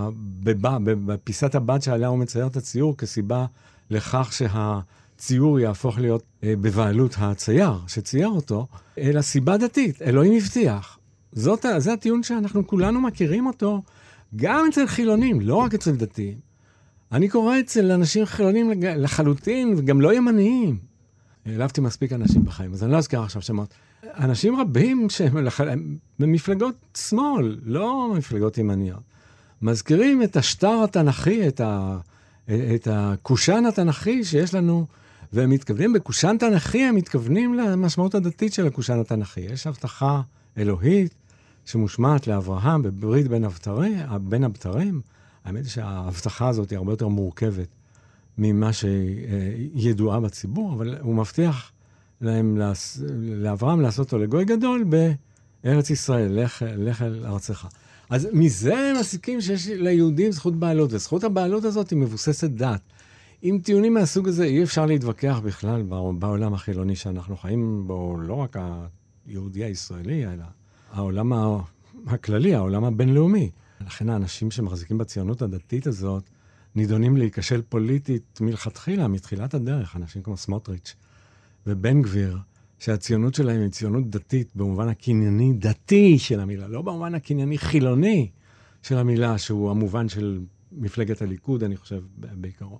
F: בפיסת הבד שעליה הוא מצייר את הציור, כסיבה לכך ציור יהפוך להיות בבעלות הצייר שצייר אותו, אלא סיבה דתית, אלוהים הבטיח. זה הטיעון שאנחנו כולנו מכירים אותו, גם אצל חילונים, לא רק אצל דתיים. אני קורא אצל אנשים חילונים לחלוטין, וגם לא ימניים. העלבתי מספיק אנשים בחיים, אז אני לא אזכר עכשיו שמות. אנשים רבים שהם במפלגות שמאל, לא מפלגות ימניות. מזכירים את השטר התנ"כי, את הקושן התנ"כי שיש לנו, והם מתכוונים, בקושן תנ"כי הם מתכוונים למשמעות הדתית של הקושן התנ"כי. יש הבטחה אלוהית שמושמעת לאברהם בברית בין הבתרים. האמת היא שההבטחה הזאת היא הרבה יותר מורכבת ממה שידועה בציבור, אבל הוא מבטיח לאברהם לעשות אותו לגוי גדול בארץ ישראל, לך אל ארצך. אז מזה הם מסיקים שיש ליהודים זכות בעלות, וזכות הבעלות הזאת היא מבוססת דת. עם טיעונים מהסוג הזה אי אפשר להתווכח בכלל בעולם החילוני שאנחנו חיים בו, לא רק היהודי הישראלי, אלא העולם הכללי, העולם הבינלאומי. לכן האנשים שמחזיקים בציונות הדתית הזאת, נידונים להיכשל פוליטית מלכתחילה, מתחילת הדרך, אנשים כמו סמוטריץ' ובן גביר, שהציונות שלהם היא ציונות דתית, במובן הקנייני דתי של המילה, לא במובן הקנייני חילוני של המילה, שהוא המובן של מפלגת הליכוד, אני חושב, בעיקרו.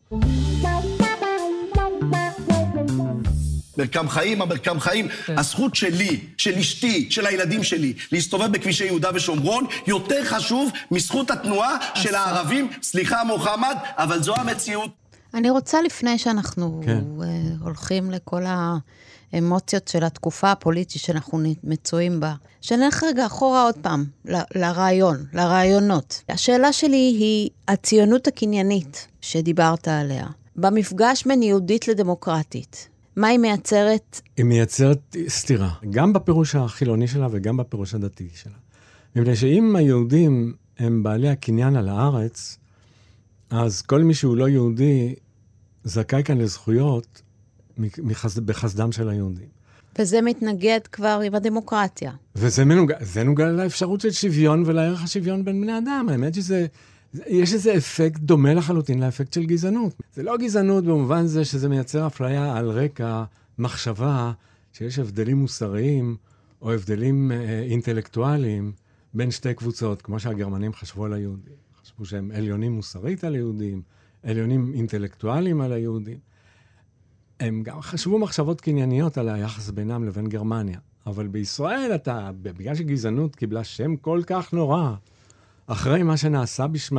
B: מרקם חיים, המרקם חיים, הזכות שלי, של אשתי, של הילדים שלי, להסתובב בכבישי יהודה ושומרון, יותר חשוב מזכות התנועה של הערבים. סליחה מוחמד, אבל זו המציאות.
D: אני רוצה לפני שאנחנו הולכים לכל האמוציות של התקופה הפוליטית שאנחנו מצויים בה, שנלך רגע אחורה עוד פעם, לרעיונות. השאלה שלי היא הציונות הקניינית שדיברת עליה, במפגש בין יהודית לדמוקרטית. מה היא מייצרת?
F: היא מייצרת סתירה, גם בפירוש החילוני שלה וגם בפירוש הדתי שלה. מפני שאם היהודים הם בעלי הקניין על הארץ, אז כל מי שהוא לא יהודי זכאי כאן לזכויות בחסדם של היהודים.
D: וזה מתנגד כבר עם הדמוקרטיה.
F: וזה נוגע לאפשרות של שוויון ולערך השוויון בין בני אדם. האמת יש איזה אפקט דומה לחלוטין לאפקט של גזענות. זה לא גזענות במובן זה שזה מייצר אפליה על רקע מחשבה שיש הבדלים מוסריים או הבדלים אינטלקטואליים בין שתי קבוצות, כמו שהגרמנים חשבו על היהודים. חשבו שהם עליונים מוסרית על היהודים, עליונים אינטלקטואליים על היהודים. הם גם חשבו מחשבות קנייניות על היחס בינם לבין גרמניה. אבל בישראל בגלל שגזענות קיבלה שם כל כך נורא, אחרי מה שנעשה בשמה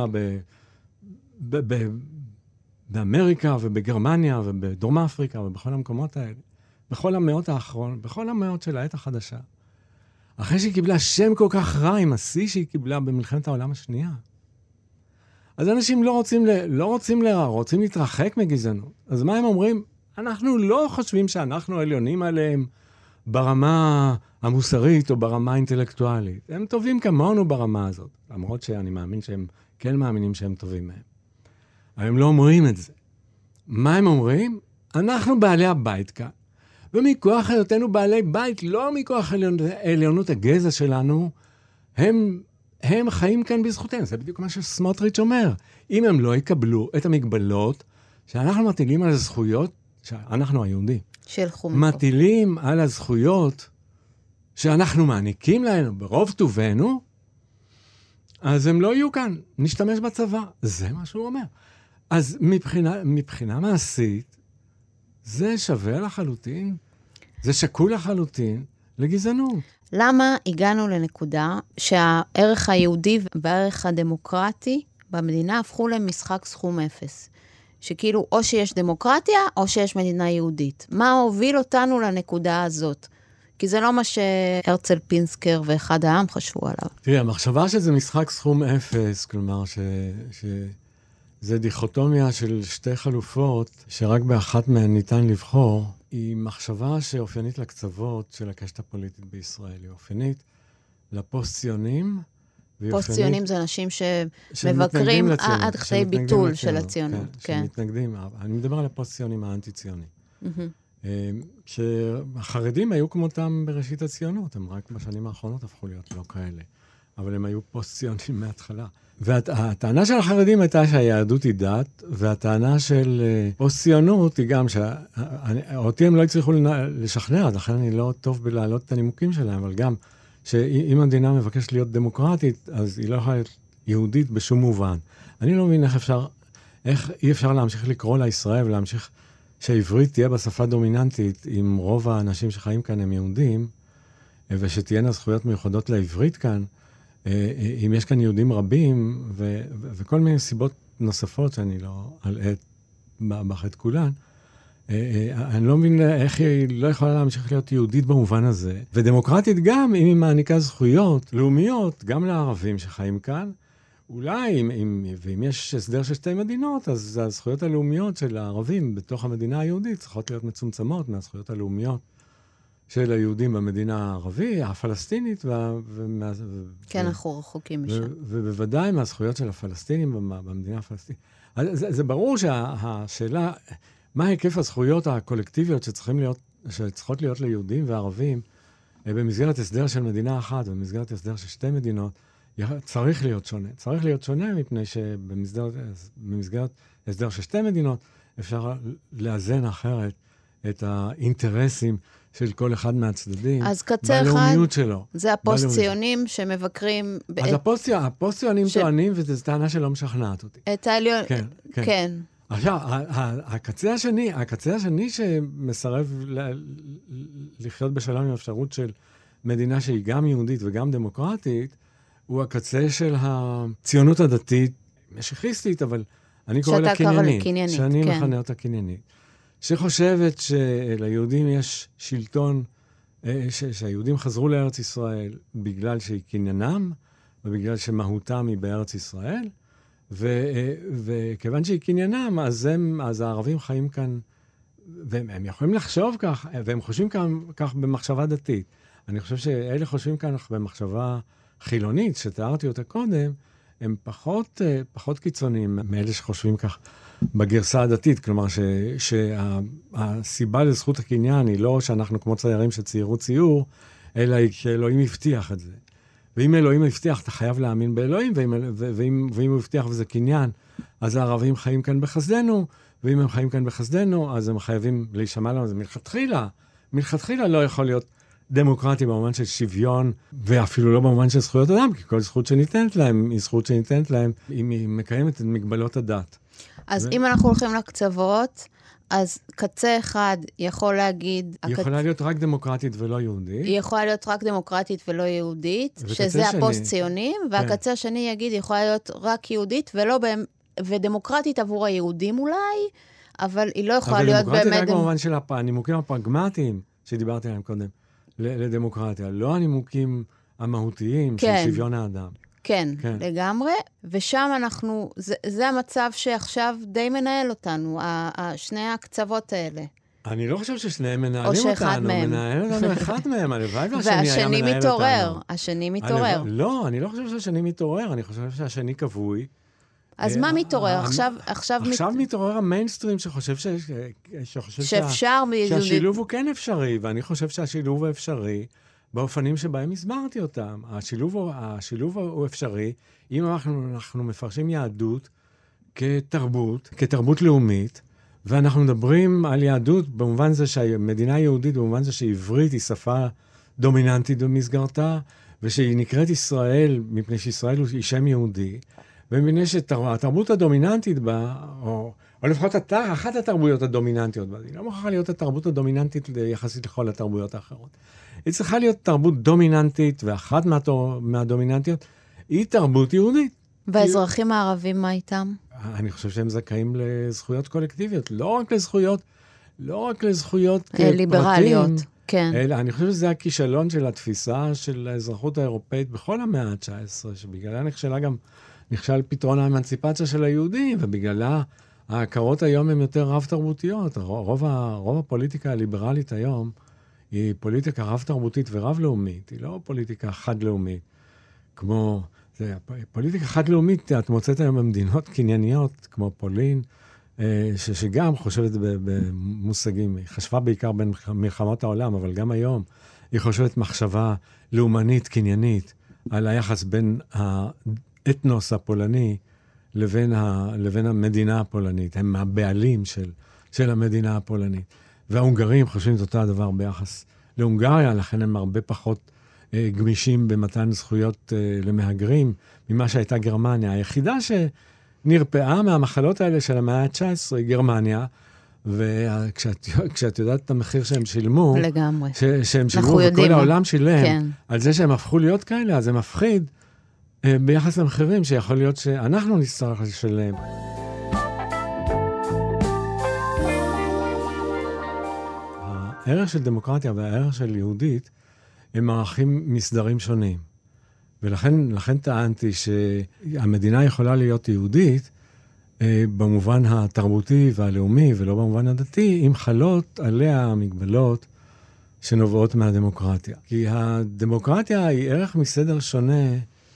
F: באמריקה ובגרמניה ובדרום אפריקה ובכל המקומות האלה, בכל המאות האחרונות, בכל המאות של העת החדשה, אחרי שהיא קיבלה שם כל כך רע עם השיא שהיא קיבלה במלחמת העולם השנייה, אז אנשים רוצים להתרחק מגזענות. אז מה הם אומרים? אנחנו לא חושבים שאנחנו עליונים עליהם ברמה המוסרית או ברמה האינטלקטואלית. הם טובים כמונו ברמה הזאת, למרות שאני מאמין שהם כן מאמינים שהם טובים מהם. אבל הם לא אומרים את זה. מה הם אומרים? אנחנו בעלי הבית כאן. ומכוח היותנו בעלי בית, לא מכוח עליונות הגזע שלנו, הם חיים כאן בזכותנו. זה בדיוק מה שסמוטריץ' אומר. אם הם לא יקבלו את המגבלות שאנחנו מטילים על הזכויות, שאנחנו היהודים, מטילים על הזכויות שאנחנו מעניקים להם ברוב טובנו, אז הם לא יהיו כאן, נשתמש בצבא. זה מה שהוא אומר. אז מבחינה מעשית, זה שווה לחלוטין, זה שקול לחלוטין לגזענות.
D: למה הגענו לנקודה שהערך היהודי והערך הדמוקרטי במדינה הפכו למשחק סכום אפס? שכאילו או שיש דמוקרטיה או שיש מדינה יהודית. מה הוביל אותנו לנקודה הזאת? כי זה לא מה שהרצל פינסקר ואחד העם חשבו עליו.
F: תראי, המחשבה שזה משחק סכום אפס, כלומר שזה דיכוטומיה של שתי חלופות, שרק באחת מהן ניתן לבחור, היא מחשבה שאופיינית לקצוות של הקשת הפוליטית בישראל. היא אופיינית לפוסט-ציונים,
D: פוסט-ציונים זה אנשים שמבקרים עד כדי ביטול של הציונות.
F: כן, שמתנגדים. אני מדבר על הפוסט-ציונים האנטי-ציונים. שהחרדים היו כמותם בראשית הציונות, הם רק בשנים האחרונות הפכו להיות לא כאלה. אבל הם היו פוסט-ציונים מההתחלה. והטענה של החרדים הייתה שהיהדות היא דת, והטענה של פוסט-ציונות היא גם אותי הם לא הצליחו לשכנע, לכן אני לא טוב בלהעלות את הנימוקים שלהם, אבל גם שאם המדינה מבקשת להיות דמוקרטית, אז היא לא יכולה יהודית בשום מובן. אני לא מבין איך אי אפשר להמשיך לקרוא לישראל ולהמשיך שהעברית תהיה בשפה דומיננטית, אם רוב האנשים שחיים כאן הם יהודים, ושתהיינה זכויות מיוחדות לעברית כאן, אם יש כאן יהודים רבים, וכל מיני סיבות נוספות שאני לא אלאה את כולן, אני לא מבין איך היא לא יכולה להמשיך להיות יהודית במובן הזה, ודמוקרטית גם, אם היא מעניקה זכויות לאומיות, גם לערבים שחיים כאן, אולי, ואם יש הסדר של שתי מדינות, אז הזכויות הלאומיות של הערבים בתוך המדינה היהודית צריכות להיות מצומצמות מהזכויות הלאומיות של היהודים במדינה הערבית, הפלסטינית,
D: כן, אנחנו רחוקים משם.
F: ובוודאי מהזכויות של הפלסטינים במדינה הפלסטינית. זה ברור שהשאלה, מה היקף הזכויות הקולקטיביות שצריכות להיות ליהודים וערבים, במסגרת הסדר של מדינה אחת, במסגרת הסדר של שתי מדינות, צריך להיות שונה. צריך להיות שונה מפני שבמסגרת הסדר של שתי מדינות, אפשר לאזן אחרת את האינטרסים של כל אחד מהצדדים,
D: אז קצה אחד,
F: שלו.
D: זה הפוסט-ציונים שמבקרים...
F: אז הפוסט-ציונים טוענים, וזו טענה שלא משכנעת אותי.
D: את העליון... כן.
F: עכשיו, הקצה השני שמסרב לחיות בשלום עם האפשרות של מדינה שהיא גם יהודית וגם דמוקרטית, הוא הקצה של הציונות הדתית, משיחיסטית, אבל אני קורא לה קניינית. שאני מכנה אותה קניינית. שחושבת שליהודים יש שלטון, שהיהודים חזרו לארץ ישראל בגלל שהיא קניינם, ובגלל שמהותם היא בארץ ישראל, וכיוון שהיא קניינם, אז הערבים חיים כאן, והם יכולים לחשוב כך, והם חושבים כך במחשבה דתית. אני חושב שאלה חושבים כאן במחשבה חילונית, שתיארתי אותה קודם, הם פחות קיצוניים מאלה שחושבים כך בגרסה הדתית. כלומר, שהסיבה לזכות הקניין היא לא שאנחנו כמו ציירים שציירו ציור, אלא היא שאלוהים הבטיח את זה. ואם אלוהים הבטיח, אתה חייב להאמין באלוהים, ואם הוא הבטיח וזה קניין, אז הערבים חיים כאן בחסדנו, ואם הם חיים כאן בחסדנו, אז הם חייבים להישמע לנו. אז מלכתחילה לא יכול להיות דמוקרטי במובן של שוויון, ואפילו לא במובן של זכויות אדם, כי כל זכות שניתנת להם היא זכות שניתנת להם, אם היא מקיימת את מגבלות הדת.
D: אז אם אנחנו הולכים לקצוות, אז קצה אחד יכול להגיד...
F: היא יכולה להיות רק דמוקרטית ולא יהודית.
D: היא יכולה להיות רק דמוקרטית ולא יהודית, שזה הפוסט-ציונים, והקצה השני יגיד, היא יכולה להיות רק יהודית ודמוקרטית עבור היהודים אולי, אבל היא לא יכולה להיות באמת...
F: אבל דמוקרטית רק במובן של הנימוקים הפרגמטיים שדיברתי עליהם קודם, לדמוקרטיה, לא הנימוקים המהותיים של שוויון האדם.
D: כן, לגמרי, ושם זה המצב שעכשיו די מנהל אותנו, שני הקצוות האלה.
F: אני לא חושב ששניהם מנהלים אותנו, מנהל אותנו אחד מהם, הלוואי והשני היה מנהל אותנו.
D: השני מתעורר.
F: לא, אני לא חושב שהשני מתעורר, אני חושב שהשני כבוי.
D: אז מה מתעורר? עכשיו
F: מתעורר המיינסטרים שחושב שהשילוב הוא כן אפשרי, ואני חושב שהשילוב הוא אפשרי, באופנים שבהם הסברתי אותם. השילוב הוא אפשרי, אם אנחנו מפרשים יהדות כתרבות לאומית, ואנחנו מדברים על יהדות במובן זה שהמדינה יהודית, במובן זה שעברית היא שפה דומיננטית במסגרתה, ושהיא נקראת ישראל, מפני שישראל היא שם יהודי, ומפני שהתרבות הדומיננטית בה, או לפחות אחת התרבויות הדומיננטיות בה, היא לא מוכרחה להיות התרבות הדומיננטית יחסית לכל התרבויות האחרות. היא צריכה להיות תרבות דומיננטית, ואחת מהדומיננטיות היא תרבות יהודית.
D: והאזרחים הערבים מה איתם?
F: אני חושב שהם זכאים לזכויות קולקטיביות, לא רק לזכויות
D: ליברליות, כן.
F: אלא אני חושב שזה הכישלון של התפיסה של האזרחות האירופאית בכל המאה ה-19, שבגללה נכשל פתרון האמנציפציה של היהודים, ובגללה ההכרות היום הן יותר רב-תרבותיות. רוב הפוליטיקה הליברלית היום היא פוליטיקה רב-תרבותית ורב-לאומית, היא לא פוליטיקה חד-לאומית. כמו, פוליטיקה חד-לאומית, את מוצאת היום במדינות קנייניות, כמו פולין, שגם חושבת במושגים, היא חשבה בעיקר בין מלחמות העולם, אבל גם היום היא חושבת מחשבה לאומנית, קניינית, על היחס בין האתנוס הפולני לבין המדינה הפולנית. הם הבעלים של המדינה הפולנית. וההונגרים חושבים את אותו הדבר ביחס להונגריה, לכן הם הרבה פחות גמישים במתן זכויות למהגרים, ממה שהייתה גרמניה. היחידה שנרפאה מהמחלות האלה של המאה ה-19 היא גרמניה, וכשאת יודעת את המחיר שהם שילמו,
D: לגמרי.
F: שהם שילמו וכל העולם שילם,
D: כן. על
F: זה שהם הפכו להיות כאלה, אז זה מפחיד ביחס למחירים שיכול להיות שאנחנו נצטרך לשלם. הערך של דמוקרטיה והערך של יהודית הם ערכים מסדרים שונים. ולכן טענתי שהמדינה יכולה להיות יהודית במובן התרבותי והלאומי ולא במובן הדתי, אם חלות עליה המגבלות שנובעות מהדמוקרטיה. כי הדמוקרטיה היא ערך מסדר שונה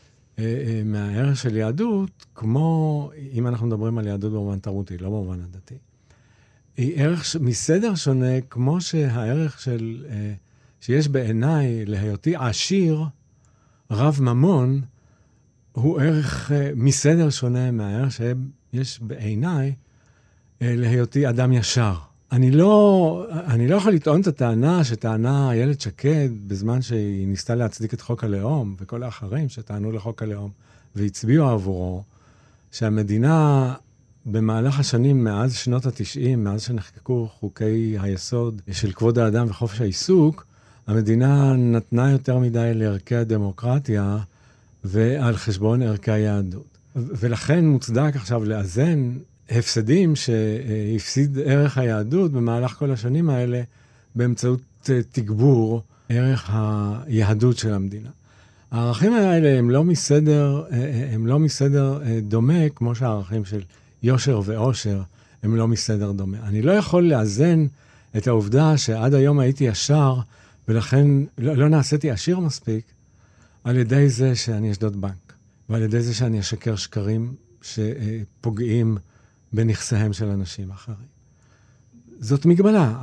F: מהערך של יהדות, כמו אם אנחנו מדברים על יהדות במובן תרבותי, לא במובן הדתי. היא ערך מסדר שונה, כמו שהערך שיש בעיניי להיותי עשיר, רב ממון, הוא ערך מסדר שונה מהערך שיש בעיניי להיותי אדם ישר. אני לא יכול לטעון את הטענה שטענה איילת שקד בזמן שהיא ניסתה להצדיק את חוק הלאום, וכל האחרים שטענו לחוק הלאום והצביעו עבורו, שהמדינה במהלך השנים מאז שנות ה-90, מאז שנחקקו חוקי היסוד של כבוד האדם וחופש העיסוק, המדינה נתנה יותר מדי לערכי הדמוקרטיה ועל חשבון ערכי היהדות. ולכן מוצדק עכשיו לאזן הפסדים שהפסיד ערך היהדות במהלך כל השנים האלה באמצעות תגבור ערך היהדות של המדינה. הערכים האלה הם לא מסדר דומה, כמו שהערכים של יושר ואושר הם לא מסדר דומה. אני לא יכול לאזן את העובדה שעד היום הייתי ישר, ולכן לא נעשיתי עשיר מספיק, על ידי זה שאני אשדוד בנק, ועל ידי זה שאני אשקר שקרים שפוגעים בנכסיהם של אנשים אחרים. זאת מגבלה.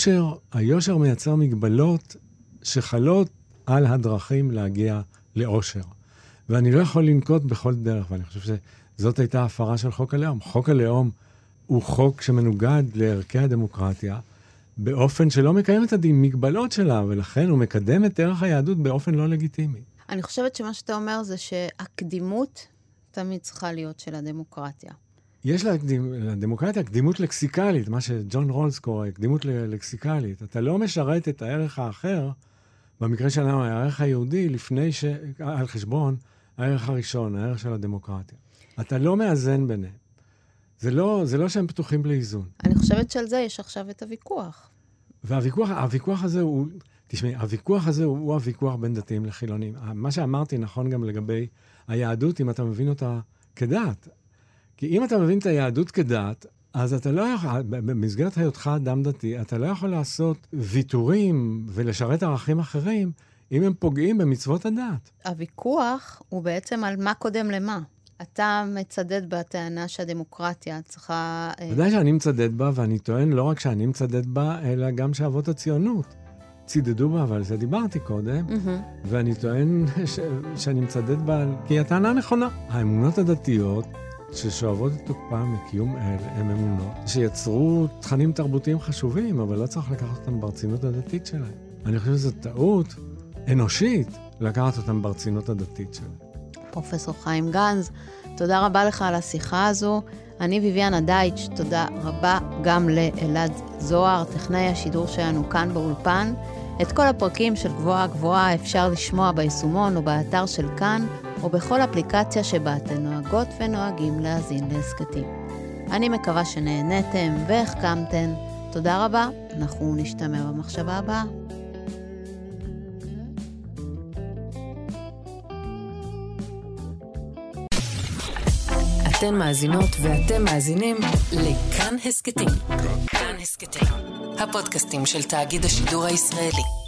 F: היושר מייצר מגבלות שחלות על הדרכים להגיע לאושר. ואני לא יכול לנקוט בכל דרך, ואני חושב שזאת הייתה הפרה של חוק הלאום. חוק הלאום הוא חוק שמנוגד לערכי הדמוקרטיה, באופן שלא מקיים את המגבלות שלה, ולכן הוא מקדם את ערך היהדות באופן לא לגיטימי.
D: אני חושבת שמה שאתה אומר זה שהקדימות תמיד צריכה להיות של הדמוקרטיה.
F: יש לדמוקרטיה קדימות לקסיקלית, מה שג'ון רולס קורא, קדימות לקסיקלית. אתה לא משרת את הערך האחר, במקרה שלנו, הערך היהודי, על חשבון הערך הראשון, הערך של הדמוקרטיה. אתה לא מאזן ביניהם. זה לא שהם פתוחים לאיזון.
D: אני חושבת שעל זה יש עכשיו את הוויכוח.
F: והוויכוח הזה הוא, תשמעי, הוויכוח הזה הוא הוויכוח בין דתיים לחילונים. מה שאמרתי נכון גם לגבי היהדות, אם אתה מבין אותה כדת. כי אם אתה מבין את היהדות כדת, אז אתה לא יכול, במסגרת היותך אדם דתי, אתה לא יכול לעשות ויתורים ולשרת ערכים אחרים, אם הם פוגעים במצוות הדת.
D: הוויכוח הוא בעצם על מה קודם למה. אתה מצדד בטענה שהדמוקרטיה צריכה...
F: ודאי שאני מצדד בה, ואני טוען לא רק שאני מצדד בה, אלא גם שאבות הציונות צידדו בה, אבל זה דיברתי קודם, ואני טוען שאני מצדד בה, כי הטענה נכונה. האמונות הדתיות ששואבות את תוקפם מקיום הם אמונות שיצרו תכנים תרבותיים חשובים, אבל לא צריך לקחת אותם ברצינות הדתית שלהם. אני חושב שזו טעות אנושית לקחת אותם ברצינות הדתית שלהם.
D: פרופסור חיים גנז, תודה רבה לך על השיחה הזו. אני ויביאנה דייטש, תודה רבה גם לאלעד זוהר, טכנאי השידור שלנו כאן באולפן. את כל הפרקים של גבוהה גבוהה אפשר לשמוע ביישומון או באתר של כאן, או בכל אפליקציה שבה אתם נוהגות ונוהגים להאזין להסכתים. אני מקווה שנהנתם והחכמתם. תודה רבה, אנחנו נשתמע במחשבה הבאה.
A: אתן מאזינות ואתם מאזינים לכאן הסכתים. כאן הסכתים, הפודקאסטים של תאגיד השידור הישראלי.